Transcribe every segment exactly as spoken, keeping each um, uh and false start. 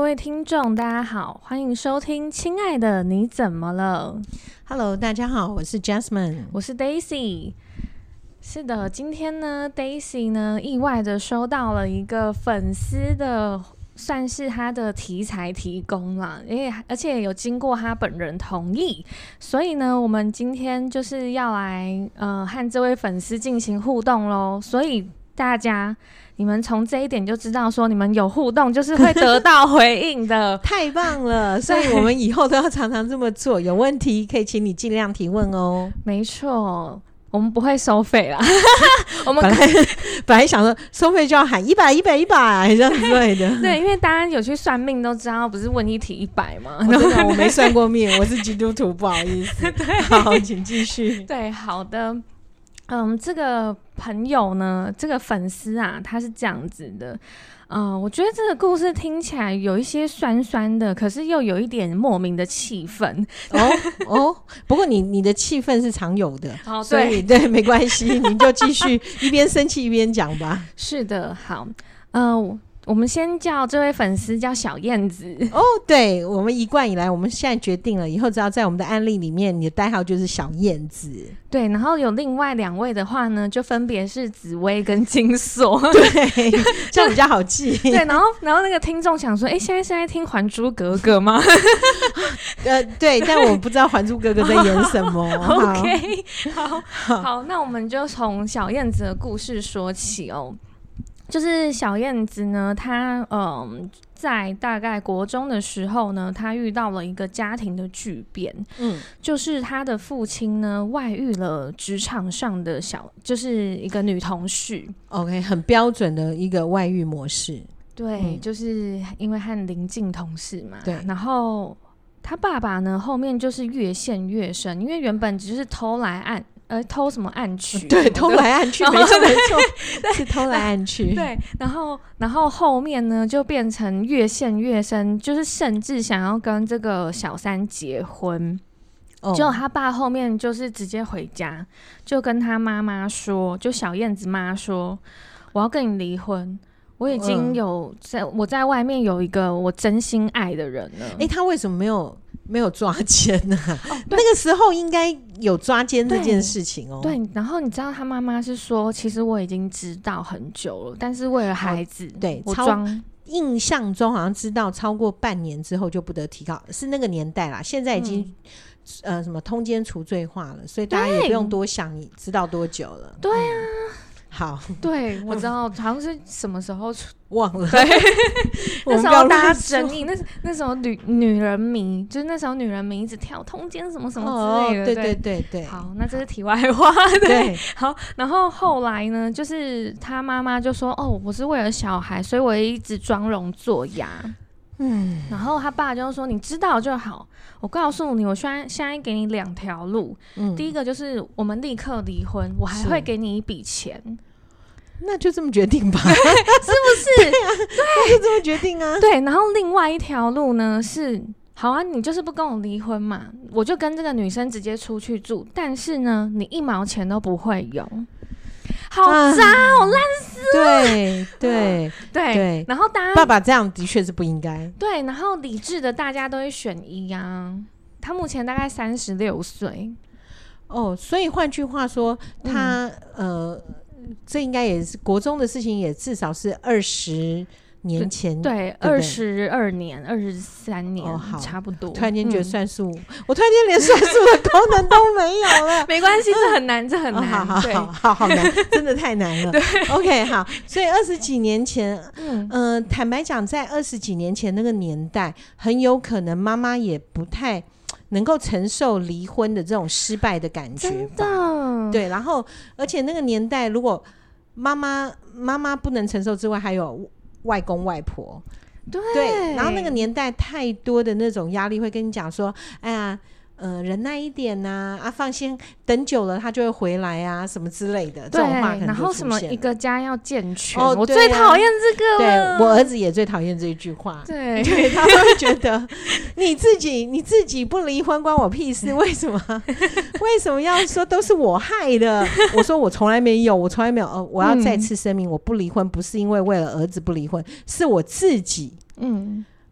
位听众大家好，欢迎收听亲爱的你怎么了。 Hello 大家好，我是 Jasmine， 我是 Daisy。 是的，今天呢 Daisy 呢意外的收到了一个粉丝的算是他的题材提供啦，因为而且有经过他本人同意，所以呢我们今天就是要来呃和这位粉丝进行互动咯。所以大家你们从这一点就知道说你们有互动就是会得到回应的太棒了，所以我们以后都要常常这么做，有问题可以请你尽量提问哦。 没错，我们不会收费啦我们本来本来想说收费就要喊一百一百一百这样之类的对，因为大家有去算命都知道不是问一题一百吗、 哦、真的我没算过命我是基督徒不好意思好请继续。 对，好的。嗯，这个朋友呢，这个粉丝啊，他是这样子的。嗯、呃，我觉得这个故事听起来有一些酸酸的，可是又有一点莫名的气氛。 哦哦，不过你你的气氛是常有的， 哦、 所以对没关系，你就继续一边生气一边讲吧。 是的，好，嗯、呃。我们先叫这位粉丝叫小燕子哦，对，我们一贯以来我们现在决定了以后只要在我们的案例里面你的代号就是小燕子。 对，然后有另外两位的话呢就分别是紫薇跟金锁对，这样比较好记对，然后然后那个听众想说哎，现在是在听还珠格格吗呃，对，但我不知道还珠格格在演什么 OK 好好, 好那我们就从小燕子的故事说起哦。就是小燕子呢，她嗯，在大概国中的时候呢，她遇到了一个家庭的巨变，嗯，就是她的父亲呢外遇了职场上的小，就是一个女同事。 OK， 很标准的一个外遇模式。 对，嗯、就是因为和邻近同事嘛。 对， 然后他爸爸呢后面就是越陷越深，因为原本只是偷来暗。呃，偷什么暗去？ 对，偷来暗去，没错没错，是偷来暗去。 对，然后然后后面呢，就变成越陷越深，就是甚至想要跟这个小三结婚。哦，结果他爸后面就是直接回家，就跟他妈妈说，就小燕子妈说，我要跟你离婚。我已经有在、嗯、我在外面有一个我真心爱的人了。 哎，他为什么没有没有抓奸呢、啊哦？那个时候应该有抓奸这件事情哦。 对，对，然后你知道他妈妈是说，其实我已经知道很久了，但是为了孩子，哦、 对， 我装。 印象中好像知道超过半年之后就不得提告，是那个年代啦。现在已经、嗯、呃什么通奸除罪化了，所以大家也不用多想，你知道多久了？ 对啊。 嗯，好， 对，我知道，好像是什么时候忘了。 对，那时候大家争议，那那时候女女人迷，就是那时候女人迷一直跳通奸什么什么之类的。 哦、对对对对。 好，那这是题外话。对， 对好，然后后来呢，就是他妈妈就说：“哦，我是为了小孩，所以我一直装聋作哑。”嗯，然后他爸就说：“你知道就好，我告诉你，我现在现在给你两条路、嗯，第一个就是我们立刻离婚，我还会给你一笔钱。” 那就这么决定吧， 是不是？ 对啊，对，就这么决定啊。 对，然后另外一条路呢是，好啊，你就是不跟我离婚嘛，我就跟这个女生直接出去住，但是呢，你一毛钱都不会有。好渣、啊，好烂死了！ 对对对对，然后大家爸爸这样的确是不应该。 对，然后理智的大家都会选一啊。他目前大概三十六岁。 哦，所以换句话说，他、嗯、呃。这应该也是国中的事情，也至少是二十年前， 对，二十二年、二十三年、哦，差不多。 突然间觉得算数、嗯，我突然间连算数的功能都没有了。 没关系，这很难，这很难， 哦、好好好好好难，真的太难了。 对 ，OK， 好，所以二十几年前，嗯、呃，坦白讲，在二十几年前那个年代，很有可能妈妈也不太能够承受离婚的这种失败的感觉吧， 真的。 对，然后而且那个年代，如果妈妈妈妈不能承受之外，还有外公外婆， 对, 对，然后那个年代太多的那种压力会跟你讲说，哎呀。呃，忍耐一点呐、啊，啊，放心，等久了他就会回来啊，什么之类的，这种话可能就出现了。然后什么一个家要健全， 哦， 我最讨厌这个了。 对，我儿子也最讨厌这一句话。 对， 对，他会觉得你自己你自己不离婚关我屁事，为什么为什么要说都是我害的？我说我从来没有，我从来没有。呃，我要再次声明、嗯，我不离婚不是因为为了儿子不离婚，是我自己。嗯。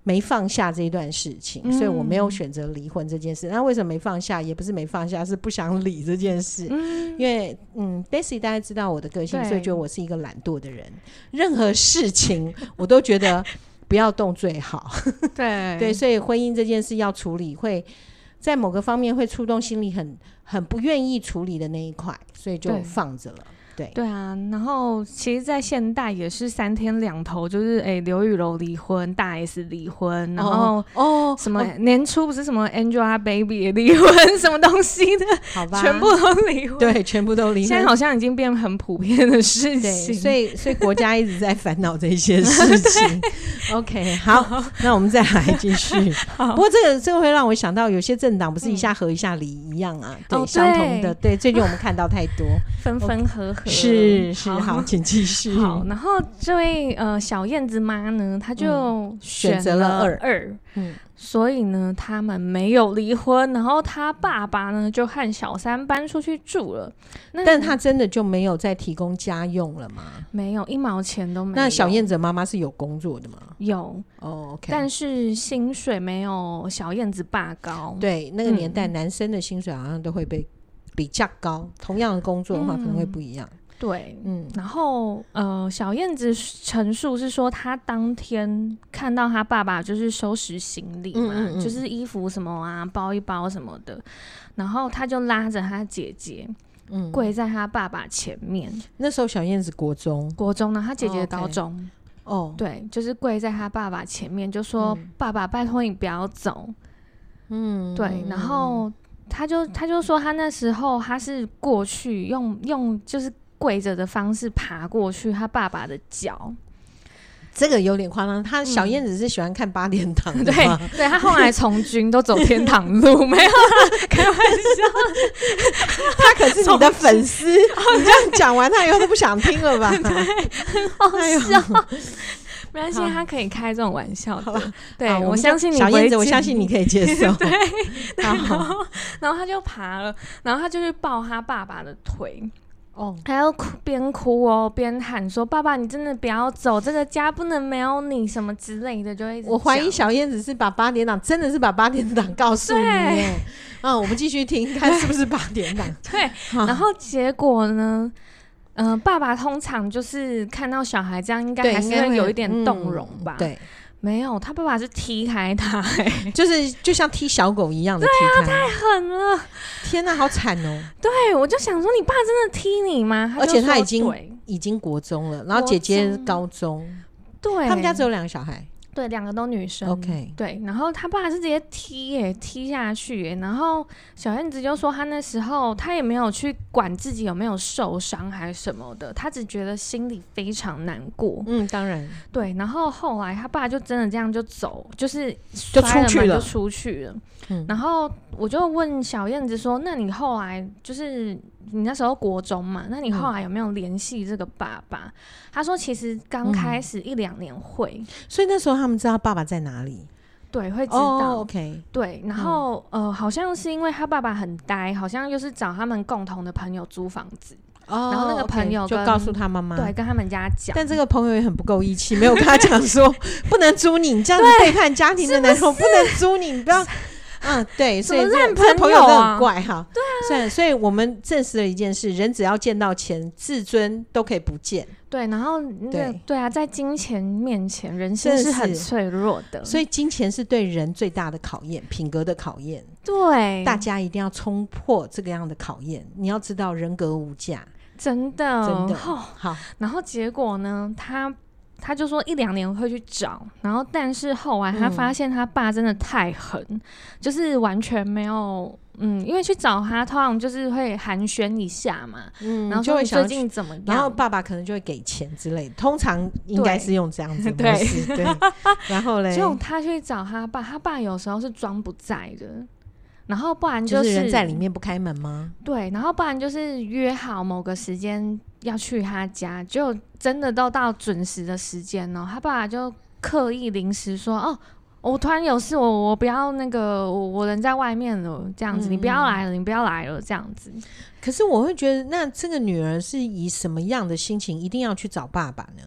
没放下这一段事情、嗯、所以我没有选择离婚这件事。那为什么没放下？也不是没放下，是不想理这件事、嗯、因为嗯 Daisy 大家知道我的个性，所以觉得我是一个懒惰的人，任何事情我都觉得不要动最好对对，所以婚姻这件事要处理，会在某个方面会触动心里很很不愿意处理的那一块，所以就放着了。对对啊，然后其实在现代也是三天两头，就是哎刘雨柔离婚，大 S 离婚，然后哦什么、哦、年初不是什么 Angelababy 也离婚什么东西的，好吧，全部都离婚， 对，全部都离婚， 现在好像已经变很普遍的事情， 所以所以国家一直在烦恼这些事情OK 好，那我们再来继续不过这个这个会让我想到有些政党不是一下和一下离一样啊、嗯、对、哦、对，相同的，对，最近我们看到太多分分合合， 是是，好，请继续。 好，然后这位呃小燕子妈呢，她就选择了二二，嗯，所以呢，他们没有离婚。然后他爸爸呢，就和小三搬出去住了。 但他真的就没有再提供家用了吗？ 没有，一毛钱都没有。 那小燕子妈妈是有工作的吗？ 有哦、oh, ，OK， 但是薪水没有小燕子爸高。 对，那个年代、嗯、男生的薪水好像都会被比较高，同样的工作的话可能会不一样。嗯对，嗯，然后呃，小燕子陈述是说，她当天看到她爸爸就是收拾行李嘛，嗯嗯嗯，就是衣服什么啊，包一包什么的，然后她就拉着她姐姐，嗯，跪在她爸爸前面。 那时候小燕子国中， 国中呢，她姐姐高中， 哦， okay. 对，就是跪在她爸爸前面，就说、嗯、爸爸，拜托你不要走，嗯，对，然后她就她就说，她那时候她是过去用用就是。跪着的方式爬过去他爸爸的脚， 这个有点夸张。他小燕子是喜欢看八点档的吗？ 对对，他后来从军都走天堂路，没有开玩笑。 他可是你的粉丝，你这样讲完，他以后都不想听了吧？ 对，很好笑。没关系，他可以开这种玩笑的。对，我相信你小燕子，我相信你可以接受。 对，然后然后他就爬了，然后他就去抱他爸爸的腿。哦，还要哭，边哭哦边喊说：“爸爸，你真的不要走，这个家不能没有你，什么之类的。”就一直我怀疑小燕子是把八点档，真的是把八点档告诉你耶。嗯，我们继续听，看是不是八点档。 对，然后结果呢？嗯、呃，爸爸通常就是看到小孩这样，应该还是会有一点动容吧？ 嗯、对。 没有，他爸爸是踢开他、欸， 就是就像踢小狗一样的踢开。 对啊，太狠了！ 天哪，好惨哦！ 对，我就想说，你爸真的踢你吗？ 而且他已经已经国中了，然后姐姐是高中，对，他们家只有两个小孩。 对，两个都女生。 OK， 对，然后他爸是直接踢耶，踢下去耶。然后小燕子就说，他那时候他也没有去管自己有没有受伤还是什么的，他只觉得心里非常难过。 嗯，当然。 对，然后后来他爸就真的这样就走，就是就出去了，就出去了。嗯，然后我就问小燕子说：“那你后来就是你那时候国中嘛？那你后来有没有联系这个爸爸？”嗯、他说：“其实刚开始一两年会、嗯， 所以那时候他们知道爸爸在哪里。” 对，会知道。 oh, OK， 对，然后、嗯、呃，好像是因为他爸爸很呆，好像就是找他们共同的朋友租房子。Oh, 然后那个朋友、 okay, 就告诉他妈妈， 对，跟他们家讲。 但这个朋友也很不够义气，没有跟他讲说不能租你，你这样子背叛家庭的男人，不能租你，你不要。嗯，对，所以这烂朋友真的很怪哈。对啊，所以所以我们证实了一件事：人只要见到钱，自尊都可以不见。 对，然后对对啊，在金钱面前，人心是很脆弱的， 所以金钱是对人最大的考验，品格的考验。 对， 大家一定要冲破这个样的考验。你要知道，人格无价， 真的真的、 哦、好。然后结果呢，他。他就说一两年会去找，然后但是后来他发现他爸真的太狠、嗯、就是完全没有嗯，因为去找他通常就是会寒暄一下嘛，嗯，然后就会最近怎么样， 然后爸爸可能就会给钱之类的，通常应该是用这样子的模式。 对, 对然后嘞就他去找他爸，他爸有时候是装不在的，然后不然就是、 就是人在里面不开门吗？ 对，然后不然就是约好某个时间要去他家，就真的都到准时的时间哦，他爸就刻意临时说哦，我突然有事，我我不要那个，我我人在外面了，这样子、嗯，你不要来了，你不要来了，这样子。 可是我会觉得，那这个女儿是以什么样的心情一定要去找爸爸呢？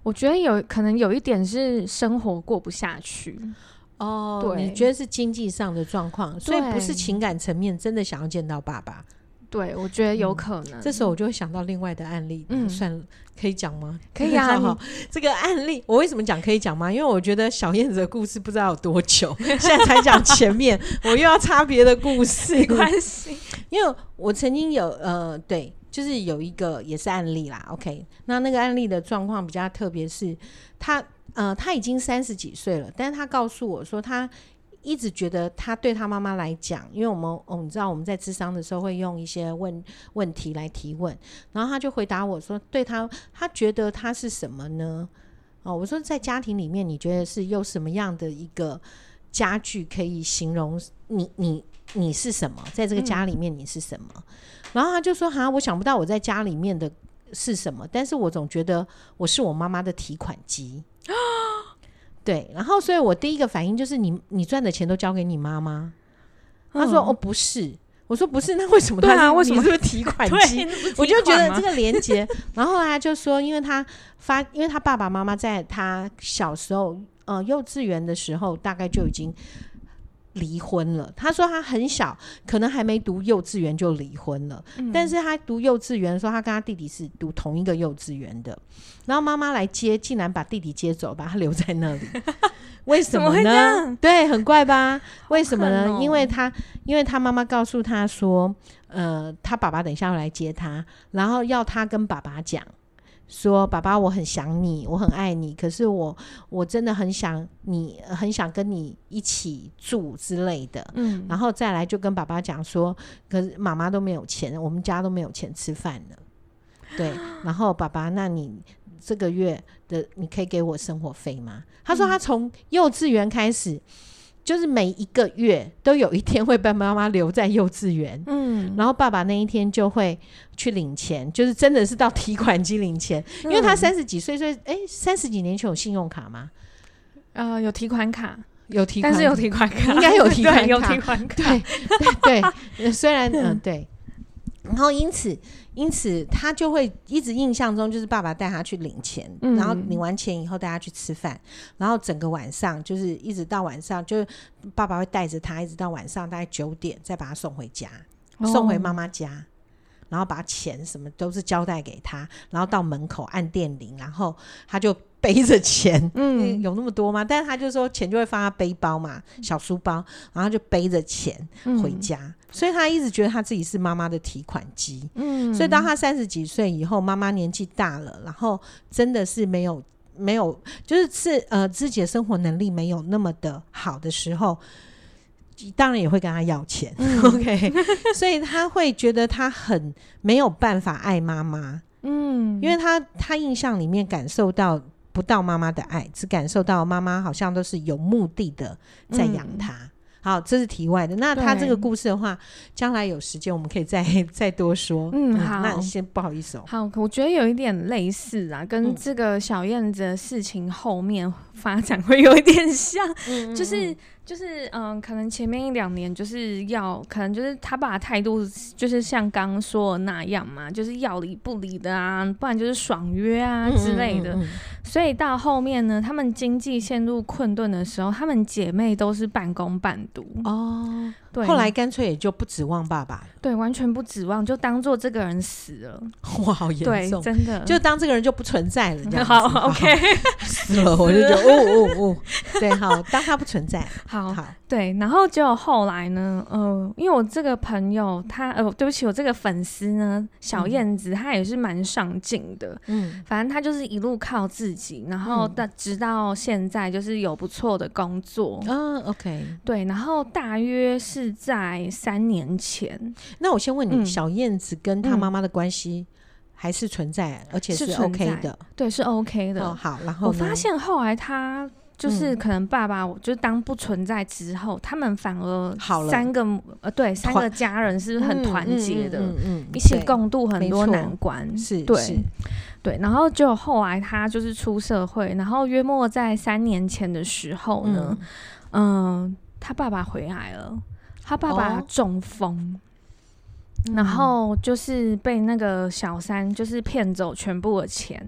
我觉得有可能有一点是生活过不下去哦，对，你觉得是经济上的状况，所以不是情感层面真的想要见到爸爸。 对，我觉得有可能、嗯、 这时候我就会想到另外的案例、嗯、算了，可以讲吗？ 可以啊。 好，这个案例我为什么讲可以讲吗？因为我觉得小燕子的故事不知道有多久现在才讲前面我又要插别的故事， 没关系。 因为我曾经有呃，对，就是有一个也是案例啦 OK， 那那个案例的状况比较特别，是他呃他已经三十几岁了，但是他告诉我说他一直觉得他对他妈妈来讲，因为我们、哦、你知道我们在諮商的时候会用一些问问题来提问，然后他就回答我说对他他觉得他是什么呢、哦、我说在家庭里面你觉得是有什么样的一个家具可以形容你你你是什么，在这个家里面你是什么、嗯、然后他就说哈，我想不到我在家里面的是什么，但是我总觉得我是我妈妈的提款机对，然后所以我第一个反应就是你你赚的钱都交给你妈妈、嗯、他说哦不是，我说不是，那为什么他是、 啊、为什么你是不是提款机我就觉得这个连结然后他就说因为他发因为他爸爸妈妈在他小时候呃幼稚园的时候大概就已经离婚了，他说他很小可能还没读幼稚园就离婚了、嗯、但是他读幼稚园的时候他跟他弟弟是读同一个幼稚园的，然后妈妈来接竟然把弟弟接走把他留在那里为什么呢？对，很怪吧？为什么呢、哦、因为他因为他妈妈告诉他说呃，他爸爸等一下要来接他，然后要他跟爸爸讲说爸爸我很想你我很爱你，可是我我真的很想你很想跟你一起住之类的、嗯、然后再来就跟爸爸讲说可是妈妈都没有钱，我们家都没有钱吃饭了，对，然后爸爸那你这个月的你可以给我生活费吗？他说他从幼稚园开始就是每一个月都有一天会被妈妈留在幼稚园、嗯、然后爸爸那一天就会去领钱，就是真的是到提款机领钱、嗯、因为他三十几岁，所以哎，三十几年前有信用卡吗？ 呃，有提款卡， 有提款， 但是有提款卡， 应该有提款卡， 有提款卡， 对对对，虽然嗯、呃、对，然后因此因此他就会一直印象中就是爸爸带他去领钱、嗯、然后领完钱以后带他去吃饭，然后整个晚上就是一直到晚上就是爸爸会带着他一直到晚上大概九点再把他送回家、哦、送回妈妈家，然后把钱什么都是交代给他，然后到门口按电铃，然后他就背着钱、嗯、有那么多吗？但是他就说钱就会放他背包嘛，小书包，然后就背着钱回家、嗯、所以他一直觉得他自己是妈妈的提款机、嗯、所以当他三十几岁以后，妈妈年纪大了，然后真的是没有没有就是是呃自己的生活能力没有那么的好的时候，当然也会跟他要钱、嗯、OK 所以他会觉得他很没有办法爱妈妈，嗯，因为他他印象里面感受到不到妈妈的爱，只感受到妈妈好像都是有目的的在养他、嗯、好，这是题外的。那他这个故事的话将来有时间我们可以再再多说。嗯，好、嗯、那先不好意思哦。 好，我觉得有一点类似啊，跟这个小燕子的事情后面发展会有一点像、嗯、就是就是嗯，可能前面一两年就是要可能就是他爸的态度就是像刚刚说的那样嘛，就是要理不理的啊，不然就是爽约啊之类的、嗯嗯嗯嗯、所以到后面呢，他们经济陷入困顿的时候，他们姐妹都是半工半读哦。对，后来干脆也就不指望爸爸了， 对，完全不指望，就当做这个人死了。 哇，好严重， 对，真的， 就当这个人就不存在了这样子。 好 ，OK， 死了我就觉得哦哦哦，对，好，当他不存在。 好，好，对，然后就后来呢，呃，因为我这个朋友他，呃，对不起，我这个粉丝呢，小燕子，她、嗯、也是蛮上进的，嗯，反正她就是一路靠自己，然后到、嗯、直到现在就是有不错的工作。 嗯 ，OK， 对，然后大约是在三年前。 那我先问你，嗯、小燕子跟她妈妈的关系还是存在，嗯、而且是 OK 的？ 对，是 OK 的。 哦，好，然后呢？ 我发现后来她。就是可能爸爸就当不存在之后、嗯、他们反而三个呃对三个家人是很团结的、嗯嗯嗯嗯、一起共度很多难关， 是， 对是对，然后就后来他就是出社会，然后约莫在三年前的时候呢，嗯、呃，他爸爸回来了，他爸爸中风、哦、然后就是被那个小三就是骗走全部的钱。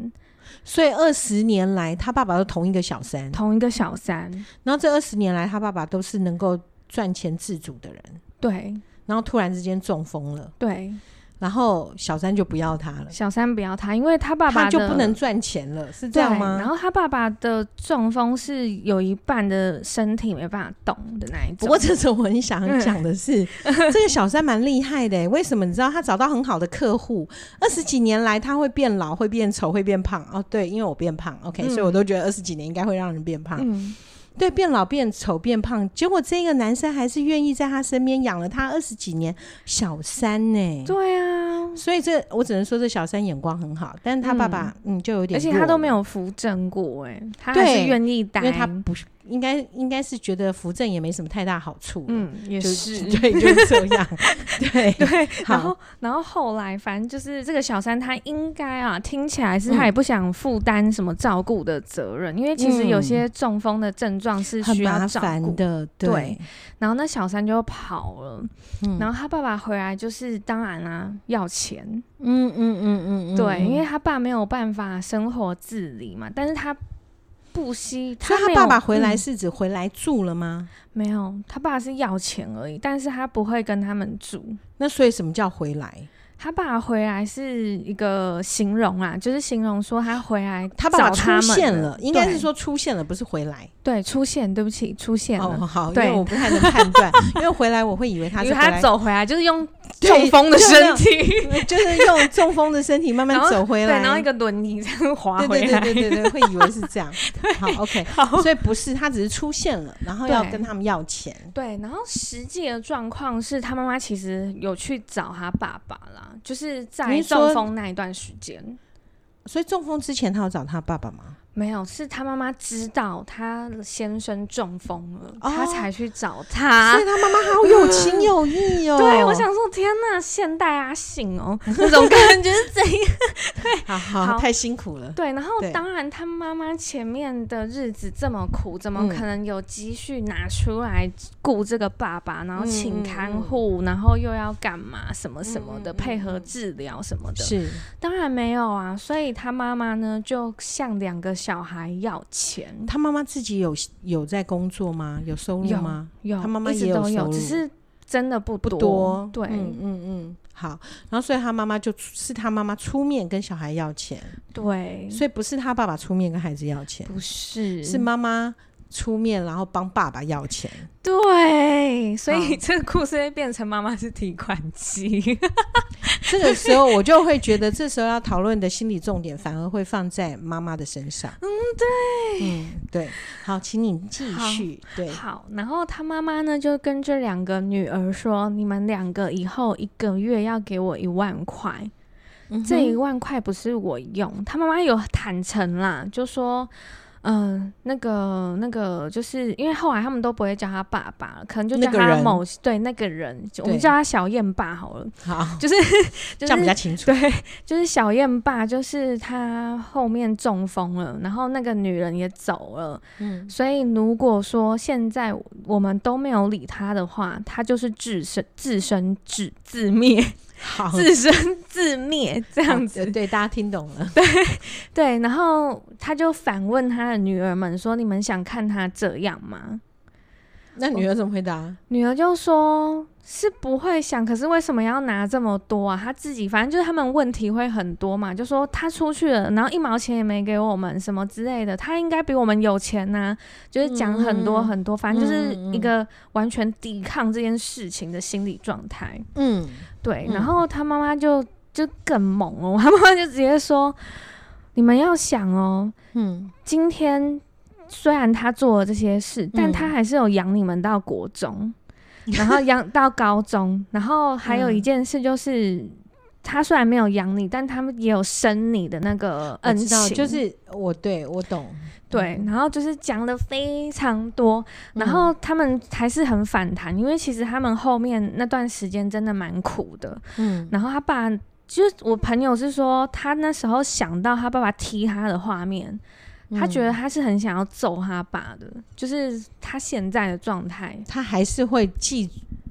所以二十年来他爸爸都同一个小三， 同一个小三， 然后这二十年来他爸爸都是能够赚钱自主的人， 对， 然后突然之间中风了， 对， 然后小三就不要他了， 小三不要他，因为他爸爸他就不能赚钱了，是这样吗？ 然后他爸爸的中风是有一半的身体没办法动的那一种。 不过这种我很想讲的是、嗯、这个小三蛮厉害的，为什么？你知道他找到很好的客户，二十几年来他会变老会变丑会变胖哦，对，因为我变胖 OK、嗯、所以我都觉得二十几年应该会让人变胖、嗯，对，变老变丑变胖，结果这个男生还是愿意在他身边养了他二十几年小三呢。 对啊， 所以这我只能说这小三眼光很好，但是他爸爸 嗯, 嗯就有点弱， 而且他都没有扶正过哎，他还是愿意待， 因为他不是应该应该是觉得扶正也没什么太大好处， 嗯，也是， 对，就是这样，对对，然后然后后来反正就是这个小三他应该啊，听起来是他也不想负担什么照顾的责任、嗯，因为其实有些中风的症状是需要照顾很麻烦的， 对, 对，然后那小三就跑了、嗯，然后他爸爸回来就是当然啊要钱， 嗯嗯嗯嗯嗯， 对，因为他爸没有办法生活自理嘛，但是他不惜， 所以他爸爸回来是指回来住了吗？ 嗯、没有，他爸是要钱而已，但是他不会跟他们住。 那所以什么叫回来？ 他爸回来是一个形容啊，就是形容说他回来他爸爸出现了， 了，应该是说出现了，不是回来。 对，出现，对不起，出现了。 哦，好，因为我不太能判断，因为回来我会以为他是回来， 因为他走回来就是用中风的身体， 就, 就是用中风的身体慢慢走回来， 对，然后一个轮椅这样滑回来，对对对对对，会以为是这样。好 ，OK， 好， 所以不是，他只是出现了，然后要跟他们要钱。 对，然后实际的状况是他妈妈其实有去找他爸爸啦，就是在中风那一段时间。 所以中风之前他有找他爸爸吗？ 没有，是他妈妈知道他先生中风了、哦、他才去找他， 所以他妈妈好有情有义哦。 对，我想说天哪，现代阿信哦那种感觉是怎样对， 好 好, 好太辛苦了。 对，然后当然他妈妈前面的日子这么苦，怎么可能有积蓄拿出来顾这个爸爸，然后请看护、嗯、然后又要干嘛什么什么的、嗯、配合治疗什么的，是当然没有啊。所以他妈妈呢就向两个小孩要钱。 他妈妈自己有有在工作吗？有收入吗？ 有， 他妈妈也有收入， 只是真的不多。 不多， 对， 嗯嗯嗯，好。然后所以他妈妈就是他妈妈出面跟小孩要钱， 对， 所以不是他爸爸出面跟孩子要钱， 不是， 是妈妈出面然后帮爸爸要钱。 对，所以这个故事会变成妈妈是提款机这个时候我就会觉得这时候要讨论的心理重点反而会放在妈妈的身上。 嗯，对， 嗯，对。好，请你继续。对， 好。然后他妈妈呢就跟这两个女儿说，你们两个以后一个月要给我一万块、嗯、这一万块不是我用。他妈妈有坦诚啦，就说嗯、呃，那个那个，就是因为后来他们都不会叫他爸爸了，可能就叫他某、那個、对那个人，我们叫他小燕爸好了。好，就是就是这样比较清楚。 对，就是小燕爸，就是他后面中风了，然后那个女人也走了。嗯，所以如果说现在我们都没有理他的话，他就是自生自生自自灭。好，自生自灭这样子。 对，大家听懂了。 对对，然后他就反问他的女儿们说，你们想看他这样吗？ 那女儿怎么回答？ 女儿就说是不会想，可是为什么要拿这么多啊？他自己反正就是他们问题会很多嘛，就说他出去了，然后一毛钱也没给我们什么之类的，他应该比我们有钱啊，就是讲很多很多、嗯、反正就是一个完全抵抗这件事情的心理状态。嗯，对，然后他妈妈就就更猛哦，他妈妈就直接说，你们要想哦，嗯，今天虽然他做了这些事，但他还是有养你们到国中、嗯、然后养到高中然后还有一件事就是、嗯、他虽然没有养你，但他们也有生你的那个恩情， 就是我对我懂， 对，然后就是讲的非常多、嗯、然后他们还是很反弹，因为其实他们后面那段时间真的蛮苦的。嗯，然后他爸就是我朋友是说他那时候想到他爸爸踢他的画面，他觉得他是很想要揍他爸的、嗯、就是他现在的状态， 他还是会记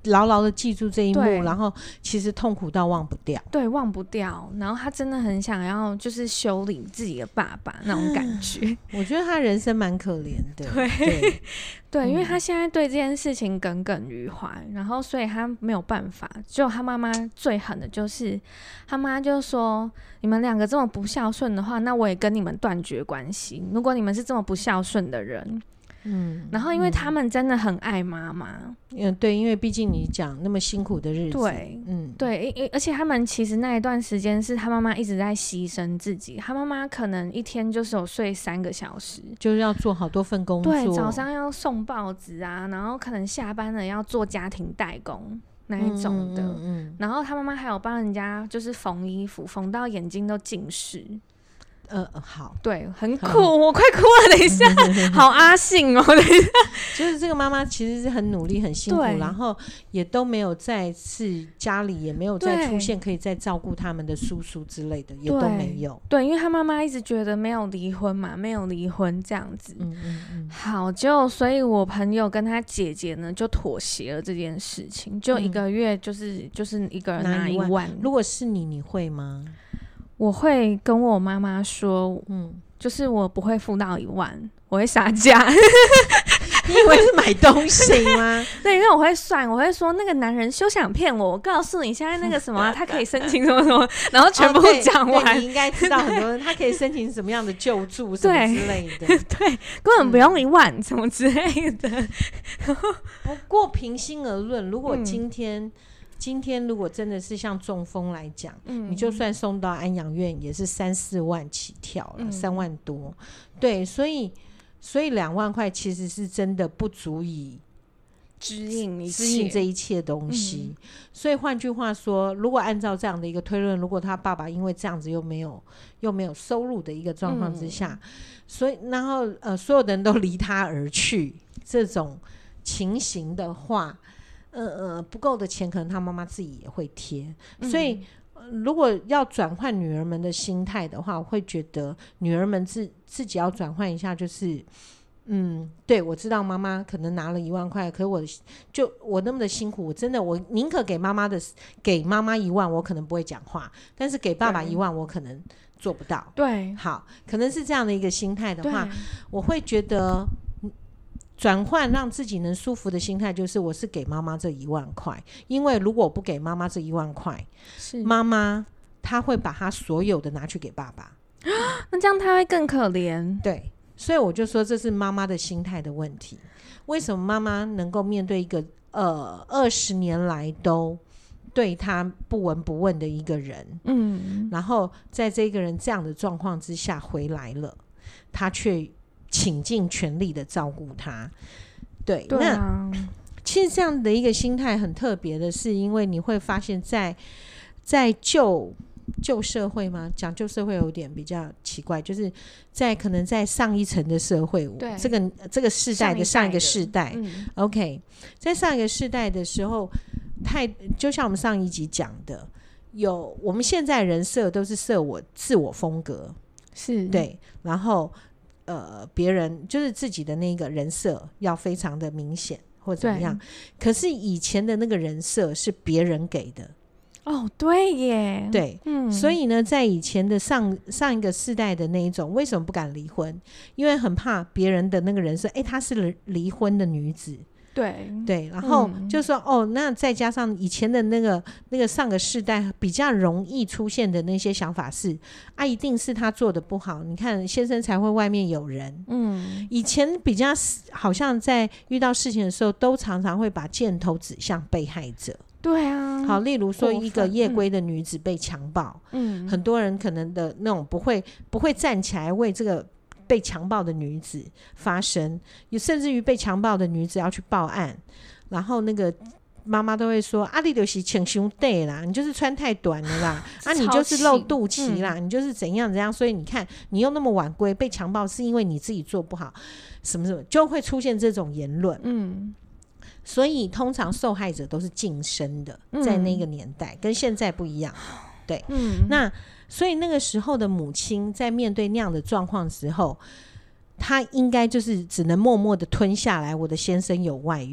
牢牢的记住这一幕， 对然后其实痛苦到忘不掉。 对，忘不掉。然后他真的很想要就是修理自己的爸爸那种感觉。 我觉得他人生蛮可怜的。 对对对， 嗯因为他现在对这件事情耿耿于怀，然后所以他没有办法。只有他妈妈最狠的就是，他妈就说：“你们两个这么不孝顺的话，那我也跟你们断绝关系。如果你们是这么不孝顺的人。”嗯，然后因为他们真的很爱妈妈， 嗯，对，因为毕竟你讲那么辛苦的日子， 对， 嗯， 对，而且他们其实那一段时间是他妈妈一直在牺牲自己，他妈妈可能一天就是有睡三个小时， 就是要做好多份工作， 对，早上要送报纸啊，然后可能下班了要做家庭代工那一种的，嗯嗯嗯，然后他妈妈还有帮人家就是缝衣服，缝到眼睛都近视。 呃，好， 对，很酷，我快哭了，等一下，好阿信哦，等一下， 就是这个妈妈其实是很努力、很辛苦，然后也都没有再次家里也没有再出现可以再照顾他们的叔叔之类的，也都没有。 对，因为他妈妈一直觉得没有离婚嘛，没有离婚这样子。嗯嗯嗯。好，就所以我朋友跟他姐姐呢就妥协了这件事情，就一个月就是、嗯、就是一个人拿一万。 如果是你，你会吗？ 我会跟我妈妈说，嗯，就是我不会付到一万，我会杀价。 你以为是买东西吗？ 对，因为我会算，我会说那个男人休想骗我，我告诉你现在那个什么、啊，他可以申请什么什么，然后全部讲完、 哦。你应该知道很多人他可以申请什么样的救助什么之类的， 对，根本不用一万、嗯、什么之类的。 不过平心而论，如果今天。嗯今天如果真的是像中风来讲、嗯、你就算送到安养院也是三四万起跳了、嗯、三万多，对，所以所以两万块其实是真的不足以指引一切指引这一切东西、嗯、所以换句话说，如果按照这样的一个推论，如果他爸爸因为这样子又没有又没有收入的一个状况之下、嗯、所以然后呃所有的人都离他而去，这种情形的话呃呃，不够的钱可能他妈妈自己也会贴、嗯、所以、呃、如果要转换女儿们的心态的话，我会觉得女儿们自自己要转换一下，就是嗯，对，我知道妈妈可能拿了一万块，可是我就我那么的辛苦，我真的我宁可给妈妈的给妈妈一万，我可能不会讲话，但是给爸爸一万，我可能做不到。 对， 好，可能是这样的一个心态的话，我会觉得。转换让自己能舒服的心态就是我是给妈妈这一万块，因为如果我不给妈妈这一万块，妈妈她会把她所有的拿去给爸爸， 那这样她会更可怜。 对，所以我就说这是妈妈的心态的问题。为什么妈妈能够面对一个呃二十年来都对她不闻不问的一个人，嗯，然后在这个人这样的状况之下回来了，她却倾尽全力的照顾他。 对, 对、啊、那其实这样的一个心态很特别的是，因为你会发现在在旧旧社会嘛，讲旧社会有点比较奇怪，就是在可能在上一层的社会，这个这个世代的上一个世代、嗯、OK， 在上一个世代的时候，太就像我们上一集讲的，有我们现在人设都是设我自我风格， 是对，然后呃，别人就是自己的那个人设要非常的明显或怎么样，可是以前的那个人设是别人给的。 哦，对耶， 对、嗯、所以呢在以前的上上一个世代的那一种，为什么不敢离婚？因为很怕别人的那个人设，哎，她是离婚的女子， 对对，然后就说、嗯、哦，那再加上以前的那个那个上个世代比较容易出现的那些想法是啊，一定是他做的不好，你看先生才会外面有人。嗯，以前比较好像在遇到事情的时候都常常会把箭头指向被害者。 对啊， 好，例如说一个夜归的女子被强暴，嗯，很多人可能的那种不会不会站起来为这个被强暴的女子发声，也甚至于被强暴的女子要去报案，然后那个妈妈都会说啊，你就是穿胸带啦，你就是穿太短了啦啊，你就是露肚脐啦、嗯、你就是怎样怎样，所以你看你又那么晚归，被强暴是因为你自己做不好什么什么，就会出现这种言论。嗯，所以通常受害者都是晋升的，在那个年代、嗯、跟现在不一样。对、嗯、那所以那个时候的母亲在面对那样的状况的时候，她应该就是只能默默的吞下来我的先生有外遇，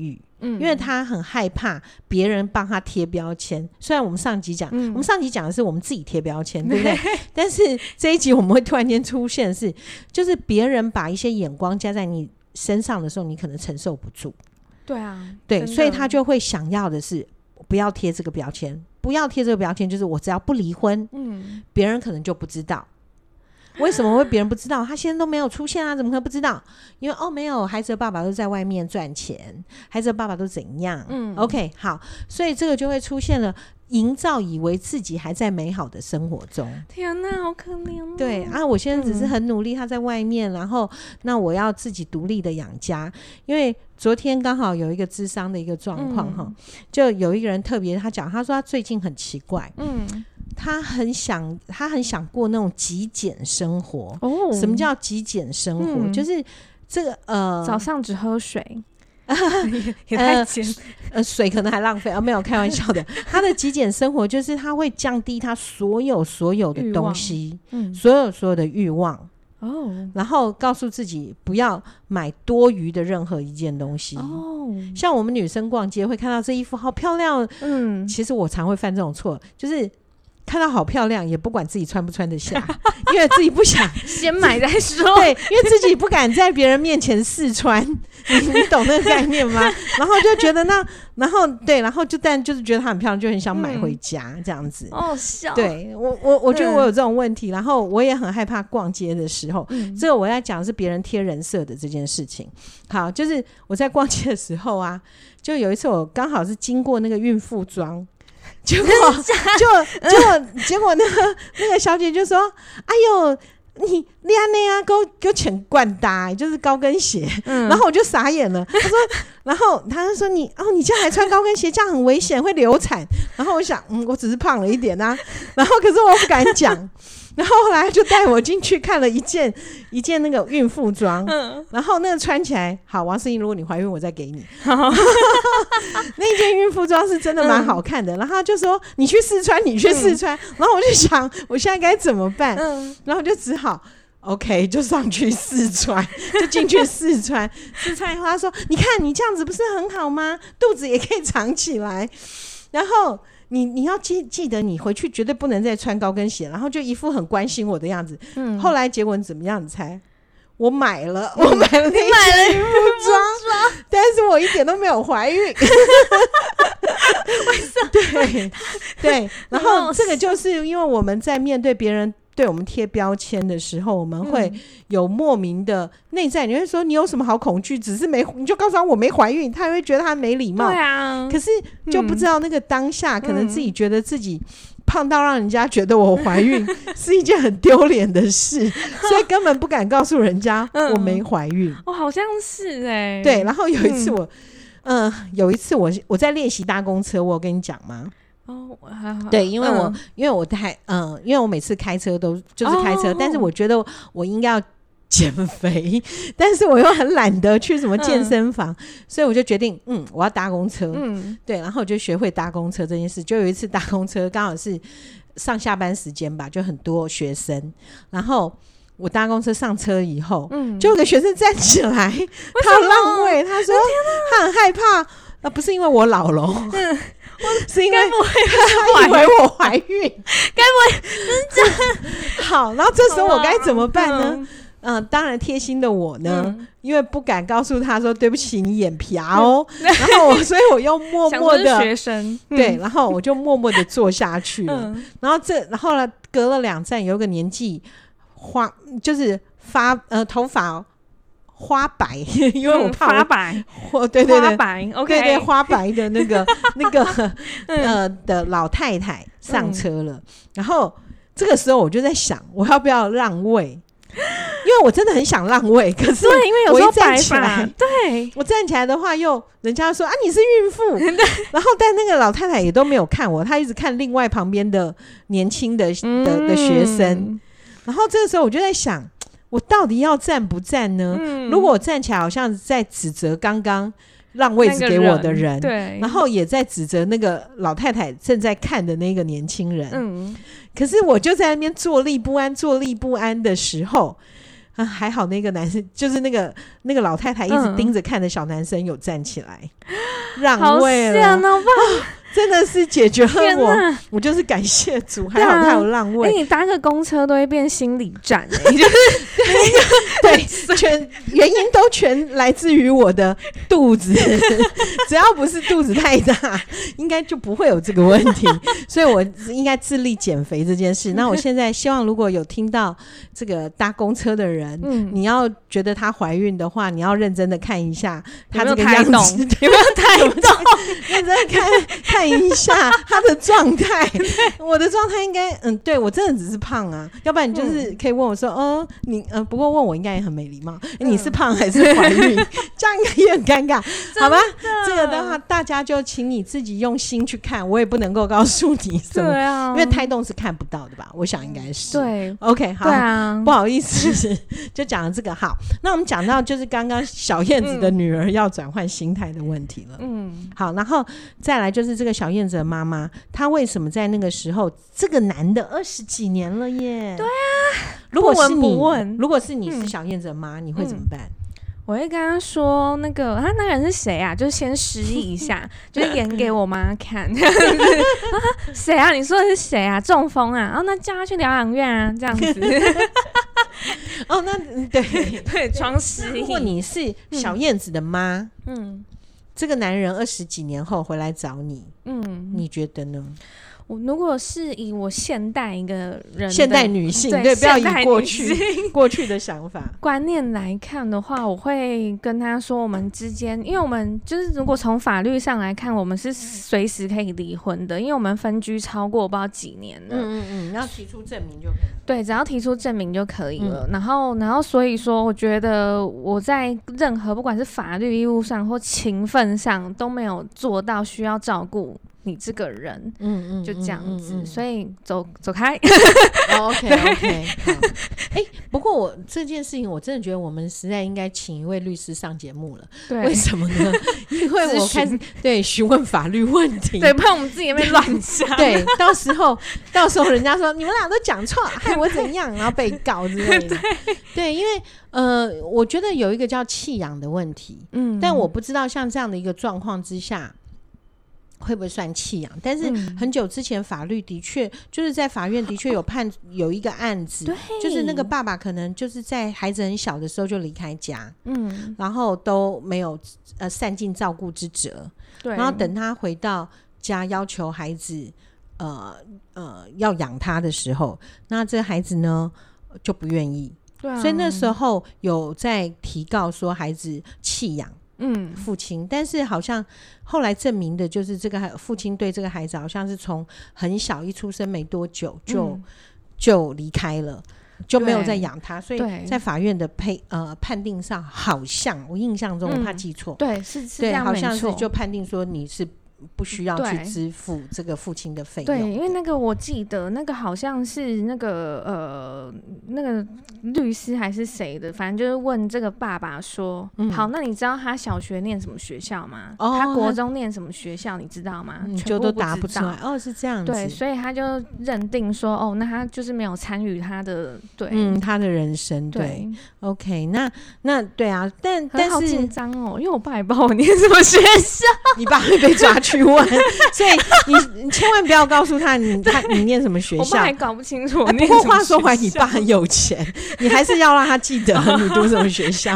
嗯，因为他很害怕别人帮他贴标签。虽然我们上集讲、嗯、我们上集讲的是我们自己贴标签，对不对？但是这一集我们会突然间出现的是，就是别人把一些眼光加在你身上的时候，你可能承受不住。 对啊， 对，所以他就会想要的是不要贴这个标签，不要贴这个标签，就是我只要不离婚，嗯，别人可能就不知道。为什么会别人不知道？他现在都没有出现啊，怎么可能不知道？因为哦，没有，孩子的爸爸都在外面赚钱，孩子的爸爸都怎样？嗯 ，OK， 好，所以这个就会出现了，营造以为自己还在美好的生活中。 天哪，好可怜哦！ 对啊，我现在只是很努力，他在外面，然后那我要自己独立的养家。因为昨天刚好有一个諮商的一个状况哈，就有一个人特别他讲，他说他最近很奇怪，嗯。他很想他很想过那种极简生活、哦、什么叫极简生活、嗯、就是这个呃早上只喝水也太简、 呃呃、水可能还浪费啊，没有开玩笑的。他的极简生活就是他会降低他所有所有的东西、嗯、所有所有的欲望哦，然后告诉自己不要买多余的任何一件东西哦。像我们女生逛街会看到这衣服好漂亮，嗯，其实我常会犯这种错，就是看到好漂亮也不管自己穿不穿得下因为自己不想先买再说对，因为自己不敢在别人面前试穿你, 你懂那个概念吗？然后就觉得那然后对，然后就但就是觉得它很漂亮就很想买回家、嗯、这样子哦笑。 对，我我我觉得我有这种问题、嗯、然后我也很害怕逛街的时候、嗯、这个我在讲的是别人贴人设的这件事情。好，就是我在逛街的时候啊，就有一次我刚好是经过那个孕妇装，结果就就结果那个那个小姐就说：“哎呦，你你安内啊，给我给我钱灌搭，就是高跟鞋。嗯”然后我就傻眼了。他说，然后他就说你哦，你这样还穿高跟鞋，这样很危险，会流产。然后我想，嗯，我只是胖了一点啊。然后可是我不敢讲。然后后来就带我进去看了一件一件那个孕妇装、嗯、然后那个穿起来好，王思颖，如果你怀孕我再给你那件孕妇装是真的蛮好看的、嗯、然后他就说你去试穿你去试穿、嗯、然后我就想我现在该怎么办、嗯、然后就只好 OK 就上去试穿，就进去试穿试穿以后他说你看你这样子不是很好吗，肚子也可以长起来，然后你你要 记, 记得你回去绝对不能再穿高跟鞋，然后就一副很关心我的样子、嗯、后来结果你怎么样你猜？我买了、嗯、我买了那件孕妇装，但是我一点都没有怀孕为什么？ 对对，然后这个就是因为我们在面对别人对我们贴标签的时候，我们会有莫名的内在，你会说你有什么好恐惧，只是没你就告诉他我没怀孕，他也会觉得他没礼貌。 对啊， 可是就不知道那个当下、嗯、可能自己觉得自己胖到让人家觉得我怀孕是一件很丢脸的事所以根本不敢告诉人家我没怀孕、嗯、 哦，好像是哎、欸， 对。然后有一次我嗯、呃，有一次我我在练习搭公车，我有跟你讲吗？ 哦，还好。 对，因为我、嗯、因为我太嗯、呃，因为我每次开车都就是开车、哦、但是我觉得我应该要减肥，但是我又很懒得去什么健身房、嗯、所以我就决定嗯我要搭公车。嗯，对，然后我就学会搭公车这件事。就有一次搭公车刚好是上下班时间吧，就很多学生，然后我搭公车上车以后、嗯、就有个学生站起来他让位，他说他很害怕、呃、不是因为我老了、嗯是因为他以为我怀孕， 该不会真的好？然后这时候我该怎么办呢？嗯、呃，当然贴心的我呢、嗯，因为不敢告诉他说对不起，你眼皮哦、嗯，然后我所以我又默默的学生、 嗯、对，然后我就默默的坐下去了。嗯、然后这然后呢，隔了两站，有个年纪花就是发呃头发。花白，因为我怕我、 嗯、花白， 对对对， 花白 ，OK， 对对，花白的那个那个、嗯、呃的老太太上车了、嗯，然后这个时候我就在想，我要不要让位？因为我真的很想让位，可是对，因为有时候站起来， 对， 我站起来的话，又人家说啊你是孕妇，然后但那个老太太也都没有看我，她一直看另外旁边的年轻的、嗯、的的学生，然后这个时候我就在想。我到底要站不站呢、嗯、如果我站起来好像在指责刚刚让位置给我的人、那個、人，对，然后也在指责那个老太太正在看的那个年轻人、嗯、可是我就在那边坐立不安坐立不安的时候， 啊，还好那个男生就是那个那个老太太一直盯着看的小男生有站起来、嗯、让位了， 好像哦真的是解决了我，我就是感谢主，还好他有让位。 哎、啊欸，你搭个公车都会变心理战哎、欸，就是对，全原因都全来自于我的肚子，只要不是肚子太大，应该就不会有这个问题。所以我应该致力减肥这件事。那我现在希望，如果有听到这个搭公车的人，嗯、你要觉得她怀孕的话，你要认真的看一下她这个样子， 有没有胎动？ 认真的看看。看一下他的状态，我的状态应该嗯，对我真的只是胖啊，要不然你就是可以问我说，哦，你呃，不过问我应该也很没礼貌、欸，你是胖还是怀孕？这样应该也很尴尬，好吧？这个的话，大家就请你自己用心去看，我也不能够告诉你什么， 对啊， 因为胎动是看不到的吧？我想应该是对 ，OK， 好， 对啊， 不好意思，就讲了这个好。那我们讲到就是刚刚小燕子的女儿要转换心态的问题了，嗯，好，然后再来就是这个。小燕子的妈妈，她为什么在那个时候？这个男的二十几年了耶。 对啊， 如果是你， 不闻不问如果是你是小燕子的妈、嗯，你会怎么办？ 我会跟他说，那个啊，那个人是谁啊？就先示意一下，就是演给我妈看。谁啊？你说的是谁啊？中风啊？哦，那叫他去疗养院啊，这样子。 哦，那对对，装失忆。 如果你是小燕子的妈，嗯。这个男人二十几年后回来找你，嗯，你觉得呢？ 我如果是以我现代一个人， 现代女性，对，对不要以过去过去的想法观念来看的话，我会跟他说，我们之间，因为我们就是如果从法律上来看，我们是随时可以离婚的，因为我们分居超过不知道几年了。 嗯嗯嗯，要提出证明就可以。 对，只要提出证明就可以了。嗯、然后，然后所以说，我觉得我在任何不管是法律义务上或情分上都没有做到需要照顾你这个人，嗯嗯，就这样子，嗯嗯嗯、所以走走开。 哦、OK OK， 好。哎、欸，不过我这件事情，我真的觉得我们实在应该请一位律师上节目了。 对， 为什么呢？因为我开始对询问法律问题， 对，不然我们自己也被乱讲。 对，到时候到时候人家说你们俩都讲错，害我怎样，然后被告之类的。对, 对，因为呃，我觉得有一个叫弃养的问题，嗯，但我不知道像这样的一个状况之下。会不会算弃养？但是很久之前法律的确、嗯、就是在法院的确有判有一个案子，就是那个爸爸可能就是在孩子很小的时候就离开家，嗯，然后都没有呃善尽照顾之责，对，然后等他回到家要求孩子呃呃要养他的时候，那这个孩子呢就不愿意，对啊，所以那时候有在提告说孩子弃养嗯，父亲，但是好像后来证明的就是这个父亲对这个孩子好像是从很小一出生没多久就、嗯、就离开了，就没有再养他，所以在法院的配呃判定上好像我印象中我怕记错、嗯、 对是是这样， 对，好像是就判定说你是不需要去支付这个父亲的费用。 对，因为那个我记得那个好像是那个呃那个律师还是谁的，反正就是问这个爸爸说、嗯、好，那你知道他小学念什么学校吗？哦、他国中念什么学校你知道吗？ 你就都答不出来。哦，是这样子。 对，所以他就认定说哦，那他就是没有参与他的对嗯他的人生。 对, 对 OK， 那那对啊，但但是好紧张哦，因为我爸也不知道我念什么学校。 你爸会被抓去问所以你你千万不要告诉他你他你念什么学校， 我爸还搞不清楚我念什么学校、欸、不过话说回来，你爸很有钱你还是要让他记得你读什么学校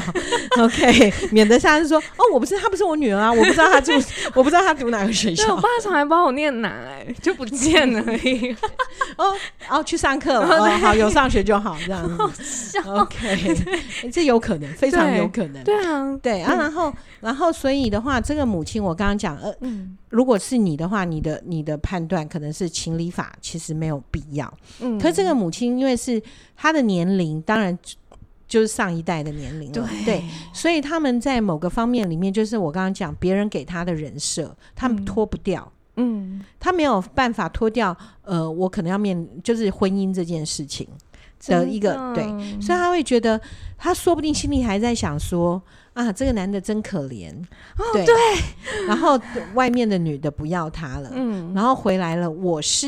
OK， 免得下次说哦我不是他不是我女儿啊，我不知道他住我不知道他读哪个学校。 对，我爸从来不知道我念哪、欸、就不见了而已哦哦去上课了哦，好，有上学就好这样子OK， 欸、这有可能，非常有可能。 对啊对啊、嗯、然后然后所以的话，这个母亲我刚刚讲呃、嗯，如果是你的话，你的你的判断可能是情理法其实没有必要。嗯，可是这个母亲因为是她的年龄，当然就是上一代的年龄了， 对, 对，所以他们在某个方面里面，就是我刚刚讲别人给他的人设，他们脱不掉。嗯，他没有办法脱掉呃，我可能要面就是婚姻这件事情的一个对，所以他会觉得他说不定心里还在想说啊，这个男的真可怜、 哦、对, 对， 然后外面的女的不要他了，嗯，然后回来了我是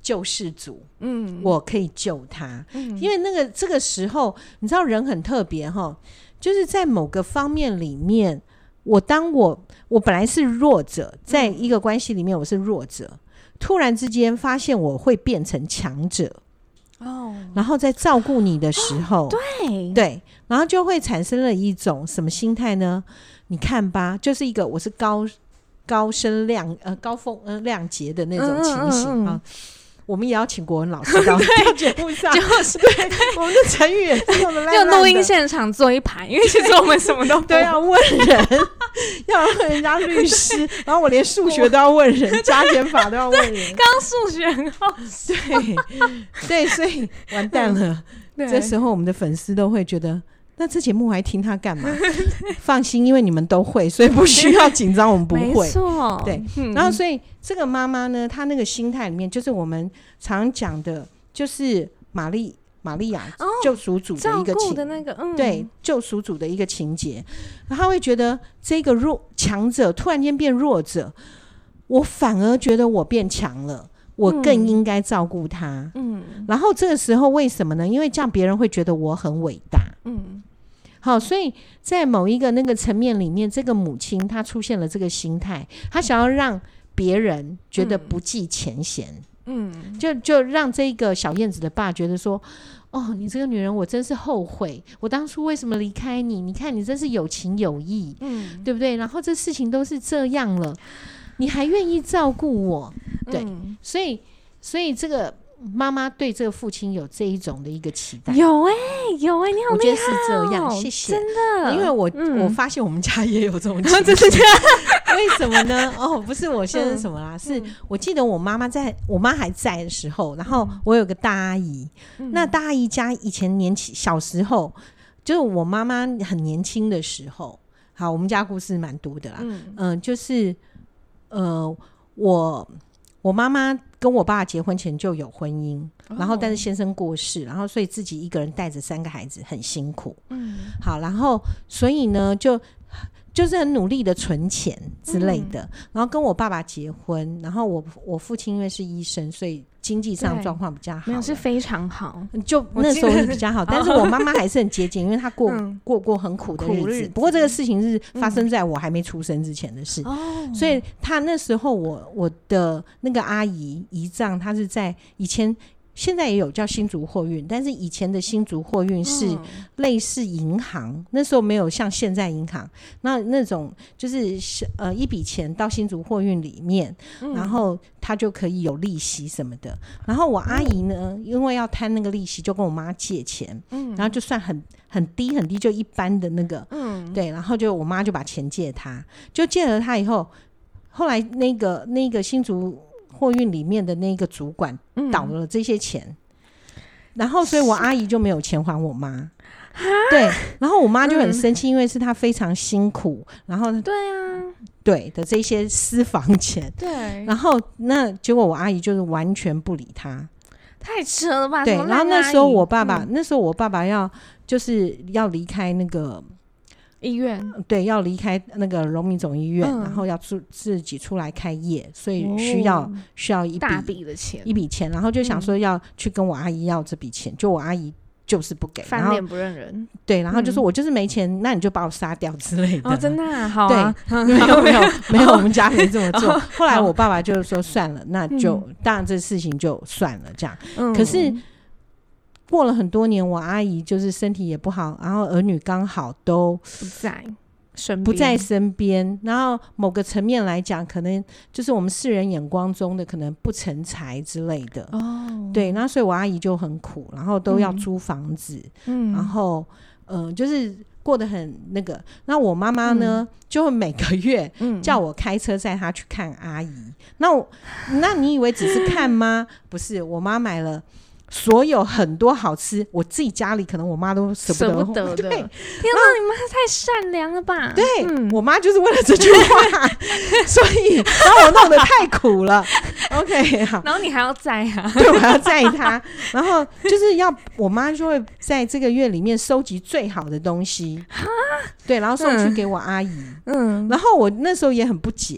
救世主， 嗯， 我可以救他， 嗯， 因为那个这个时候，你知道人很特别哈，就是在某个方面里面，我当我我本来是弱者，在一个关系里面我是弱者，突然之间发现我会变成强者。哦，然后在照顾你的时候，哦、 对对，然后就会产生了一种什么心态呢？你看吧，就是一个我是高高声亮呃高风呃亮节的那种情形、嗯嗯嗯、啊。我们也要请国文老师到节目上， 就是对我们的成语也是用的烂烂的， 就录音现场做一排，因为其实我们什么都不对，要问人，要问人家律师，然后我连数学都要问人，加减法都要问人。 刚刚数学很好笑， 对对，所以完蛋了。这时候我们的粉丝都会觉得，那这节目我还听他干嘛？放心，因为你们都会，所以不需要紧张，我们不会。 没错， 对、嗯。然后，所以这个妈妈呢，她那个心态里面，就是我们常讲的，就是玛丽玛利亚救赎主的一个情、哦、 的那个、嗯， 对，救赎主的一个情节。然后她会觉得这个弱强者突然间变弱者，我反而觉得我变强了。我更应该照顾他，嗯，然后这个时候为什么呢？因为这样别人会觉得我很伟大，嗯，好，所以在某一个那个层面里面，这个母亲她出现了这个心态，她想要让别人觉得不计前嫌，嗯，就就让这个小燕子的爸觉得说，哦，你这个女人我真是后悔，我当初为什么离开你？你看你真是有情有义，嗯，对不对？然后这事情都是这样了，你还愿意照顾我，对、嗯、所以所以这个妈妈对这个父亲有这一种的一个期待。 有哎、欸、有哎、欸，你好厉害、哦、 我觉得是这样，谢谢， 真的， 因为我、嗯、我发现我们家也有这种情况为什么呢？哦，不是我先生什么啦、嗯、是我记得我妈妈在我妈还在的时候，然后我有个大阿姨、嗯、那大阿姨家以前年轻小时候，就是我妈妈很年轻的时候，好，我们家故事蛮多的啦，嗯、呃、就是呃我我妈妈跟我爸结婚前就有婚姻、哦、然后但是先生过世，然后所以自己一个人带着三个孩子很辛苦，嗯，好，然后所以呢就就是很努力的存钱之类的、嗯、然后跟我爸爸结婚，然后我我父亲因为是医生，所以经济上状况比较好， 没有是非常好， 就那时候是比较好，但是我妈妈还是很节俭，因为她过、嗯、过过很苦的日 子, 苦日子不过这个事情是发生在我还没出生之前的事、嗯、所以她那时候我我的那个阿姨姨丈，她是在以前现在也有叫新竹货运，但是以前的新竹货运是类似银行、嗯、那时候没有像现在银行那那种就是呃一笔钱到新竹货运里面、嗯、然后他就可以有利息什么的，然后我阿姨呢、嗯、因为要贪那个利息就跟我妈借钱、嗯、然后就算很很低很低，就一般的那个、嗯、对，然后就我妈就把钱借他，就借了他以后，后来那个那个新竹货运里面的那个主管倒了这些钱、嗯、然后所以我阿姨就没有钱还我妈，对，然后我妈就很生气、嗯、因为是她非常辛苦，然后对啊对的这些私房钱， 对， 然后那结果我阿姨就是完全不理她， 太扯了吧， 对，然后那时候我爸爸、 嗯、 那时候我爸爸要就是要离开那个医院， 对，要离开那个荣民总医院、嗯、然后要自自己出来开业，所以需要、哦、需要一笔大笔的钱， 一笔钱，然后就想说要去跟我阿姨要这笔钱、嗯、就我阿姨就是不给， 翻脸不认人， 对，然后就说我就是没钱、嗯、那你就把我杀掉之类的。 哦，真的、啊、好啊， 对，没有没有没有，我们家没这么做、哦、后来我爸爸就说算了，那就、嗯、当然这事情就算了这样、嗯、可是过了很多年，我阿姨就是身体也不好，然后儿女刚好都不在身边不在身边，然后某个层面来讲，可能就是我们世人眼光中的可能不成才之类的哦。对，那所以我阿姨就很苦，然后都要租房子，嗯，然后呃，就是过得很那个。那我妈妈呢，嗯、就会每个月叫我开车载她去看阿姨。嗯、那我那你以为只是看吗？不是，我妈买了。所有很多好吃，我自己家里可能我妈都舍不得， 舍不得的。天哪，你妈太善良了吧？ 对，嗯、我妈就是为了这句话，所以把我弄得太苦了。OK， 好， 然后你还要载啊？ 对，我还要载她，然后就是要我妈就会在这个月里面收集最好的东西，对，然后送去给我阿姨。嗯，然后我那时候也很不解。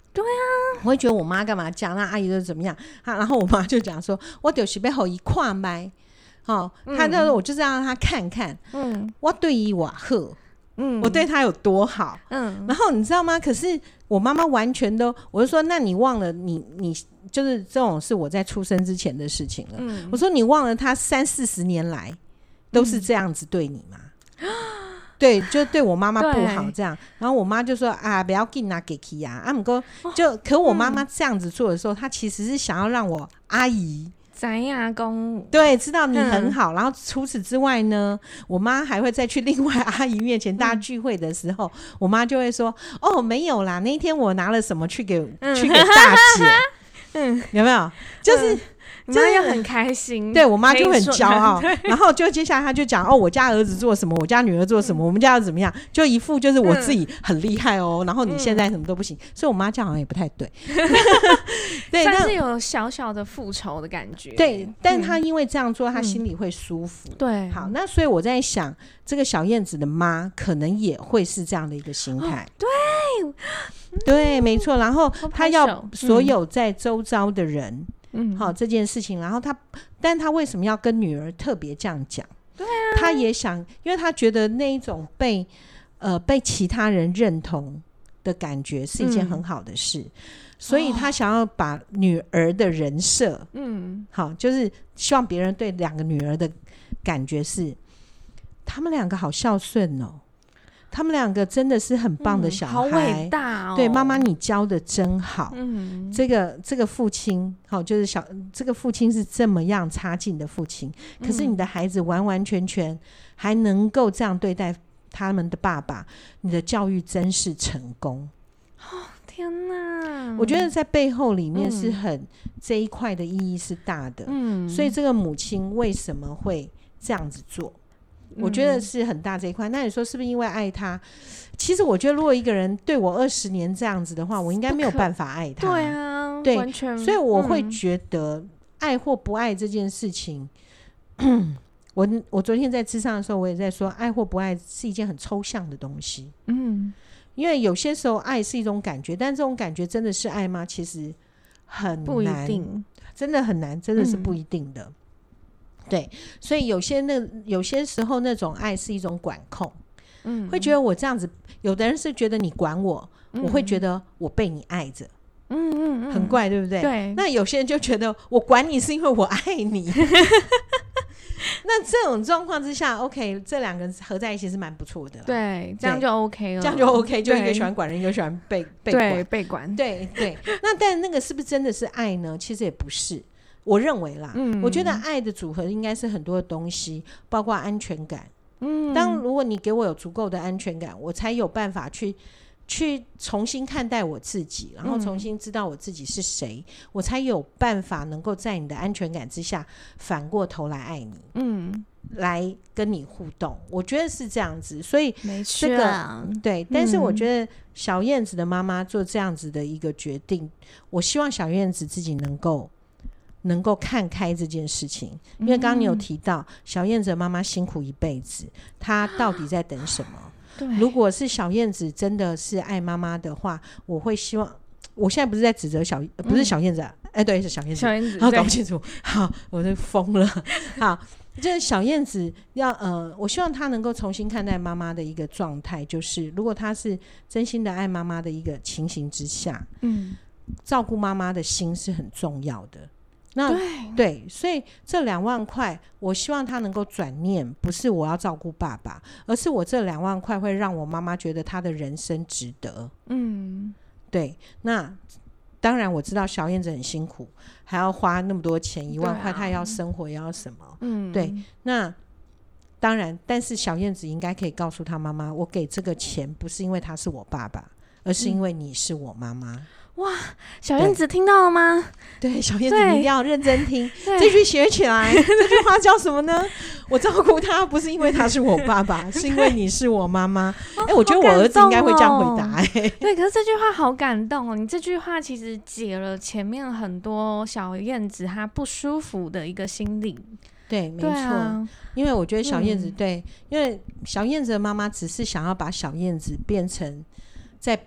对啊， 我会觉得我妈干嘛讲，那阿姨都怎么样、啊、然后我妈就讲说，我就是要给她看麦，哦，她就说我就是要让她看看，嗯，我对伊我好，嗯，我对她有多好，嗯，然后你知道吗？可是我妈妈完全都，我就说，那你忘了你你就是这种是我在出生之前的事情了，嗯，我说你忘了她三四十年来都是这样子对你吗？嗯对，就对我妈妈不好这样，然后我妈就说啊，不要紧拿给去啊，啊，不过就可我妈妈这样子做的时候，她其实是想要让我阿姨咱阿公对知道你很好、嗯，然后除此之外呢，我妈还会再去另外阿姨面前，大家聚会的时候，嗯、我妈就会说哦，没有啦，那一天我拿了什么去给、嗯、去给大姐，嗯，有没有？就是。嗯你妈又很开心， 对我妈就很骄傲，然后就接下来她就讲哦，我家儿子做什么，我家女儿做什么，嗯、我们家要怎么样，就一副就是我自己很厉害哦、嗯，然后你现在什么都不行，嗯、所以我妈这样好像也不太对， 对，算是有小小的复仇的感觉。 对，但她因为这样做，她、嗯、心里会舒服。对，好，那所以我在想，这个小燕子的妈可能也会是这样的一个心态、哦。对，对，没错。然后她要所有在周遭的人。嗯，好这件事情，然后他，但他为什么要跟女儿特别这样讲？对啊，他也想，因为他觉得那一种被呃被其他人认同的感觉是一件很好的事，嗯、所以他想要把女儿的人设，嗯，好，就是希望别人对两个女儿的感觉是，他们两个好孝顺哦。他们两个真的是很棒的小孩，嗯、好伟大哦！对，妈妈你教的真好。嗯，这个这个父亲，好、哦，就是小这个父亲是这么样差劲的父亲，可是你的孩子完完全全还能够这样对待他们的爸爸，你的教育真是成功。 哦，天哪！ 我觉得在背后里面是很、嗯、这一块的意义是大的。嗯，所以这个母亲为什么会这样子做？我觉得是很大这一块、嗯、那你说是不是因为爱他？其实我觉得如果一个人对我二十年这样子的话，我应该没有办法爱他。 对啊， 对， 完全。 所以我会觉得爱或不爱这件事情、嗯、我我昨天在諮商的时候我也在说，爱或不爱是一件很抽象的东西。嗯，因为有些时候爱是一种感觉，但这种感觉真的是爱吗？其实很难， 不一定，真的很难，真的是不一定的、嗯，对，所以有些那有些时候那种爱是一种管控，嗯，会觉得我这样子，有的人是觉得你管我、嗯、我会觉得我被你爱着，嗯嗯嗯，很怪对不对？对，那有些人就觉得我管你是因为我爱你那这种状况之下 OK 这两个人合在一起是蛮不错的啦， 对，这样就 OK 了， 这样就 OK， 就一个喜欢管人一个喜欢被被管， 对，被管， 对对。那但那个是不是真的是爱呢？其实也不是，我认为啦、嗯、我觉得爱的组合应该是很多的东西，包括安全感。嗯，当如果你给我有足够的安全感，我才有办法去去重新看待我自己，然后重新知道我自己是谁、嗯、我才有办法能够在你的安全感之下反过头来爱你，嗯，来跟你互动，我觉得是这样子。所以这个、啊、对，但是我觉得小燕子的妈妈做这样子的一个决定、嗯、我希望小燕子自己能够能够看开这件事情，因为刚刚你有提到、嗯、小燕子的妈妈辛苦一辈子，她到底在等什么？如果是小燕子真的是爱妈妈的话，我会希望，我现在不是在指责小、呃、不是小燕子啊，哎、嗯欸，对，是小燕子， 小燕子， 好，搞不清楚，好，我就疯了。好，就是小燕子要呃，我希望她能够重新看待妈妈的一个状态，就是如果她是真心的爱妈妈的一个情形之下，嗯，照顾妈妈的心是很重要的。那 对, 对，所以这两万块我希望他能够转念，不是我要照顾爸爸，而是我这两万块会让我妈妈觉得她的人生值得。嗯，对。那当然我知道小燕子很辛苦，还要花那么多钱，一万块她要生活要什么，嗯，对。那当然，但是小燕子应该可以告诉她妈妈，我给这个钱不是因为他是我爸爸，而是因为你是我妈妈、嗯哇，小燕子听到了吗？ 对，小燕子你一定要认真听这句学起来。这句话叫什么呢？我照顾他不是因为他是我爸爸是因为你是我妈妈。哎、欸，我觉得我儿子应该会这样回答、欸。哎、哦， 对，可是这句话好感动哦！你这句话其实解了前面很多小燕子她不舒服的一个心理。 对，没错、啊，因为我觉得小燕子、嗯、对，因为小燕子的妈妈只是想要把小燕子变成在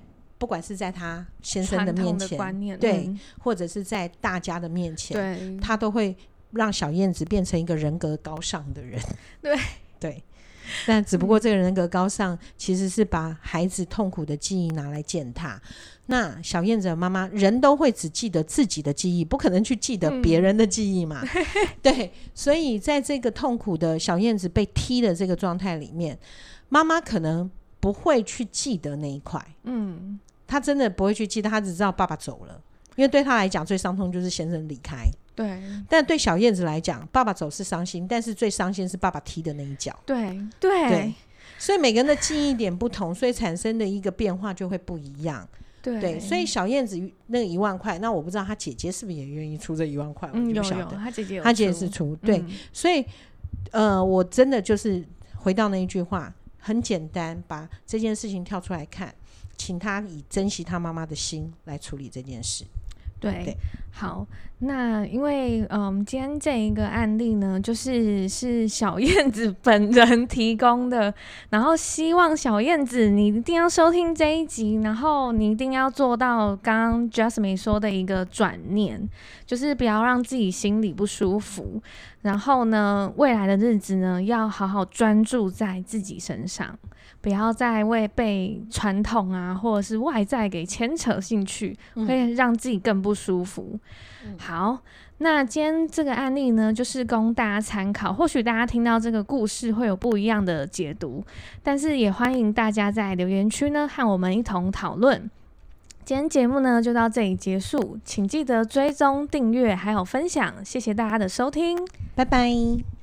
不管是在他先生的面前， 观念对、 嗯， 或者是在大家的面前， 对， 他都会让小燕子变成一个人格高尚的人。 对对，但只不过这个人格高尚其实是把孩子痛苦的记忆拿来践踏。那小燕子的妈妈，人都会只记得自己的记忆，不可能去记得别人的记忆嘛、嗯、对，所以在这个痛苦的小燕子被踢的这个状态里面，妈妈可能不会去记得那一块，嗯，她真的不会去记得，她只知道爸爸走了，因为对她来讲最伤痛就是先生离开，对，但对小燕子来讲，爸爸走是伤心，但是最伤心是爸爸踢的那一脚， 对 对, 对， 所以每个人的记忆点不同，所以产生的一个变化就会不一样。 对, 对，所以小燕子那个一万块，那我不知道她姐姐是不是也愿意出这一万块， 嗯， 我就不晓得。 有有，她姐姐有出， 她姐姐是出，对、嗯，所以呃，我真的就是回到那一句话，很简单，把这件事情跳出来看，请她以珍惜她妈妈的心来处理这件事。 对，对，好，那因为嗯，今天这一个案例呢，就是是小燕子本人提供的，然后希望小燕子你一定要收听这一集，然后你一定要做到刚刚 Jasmine 说的一个转念，就是不要让自己心里不舒服，然后呢，未来的日子呢，要好好专注在自己身上，不要再为被传统啊或者是外在给牵扯进去，会让自己更不舒服、嗯、好，那今天这个案例呢就是供大家参考，或许大家听到这个故事会有不一样的解读，但是也欢迎大家在留言区呢和我们一同讨论。今天节目呢就到这里结束，请记得追踪订阅还有分享，谢谢大家的收听， 拜拜。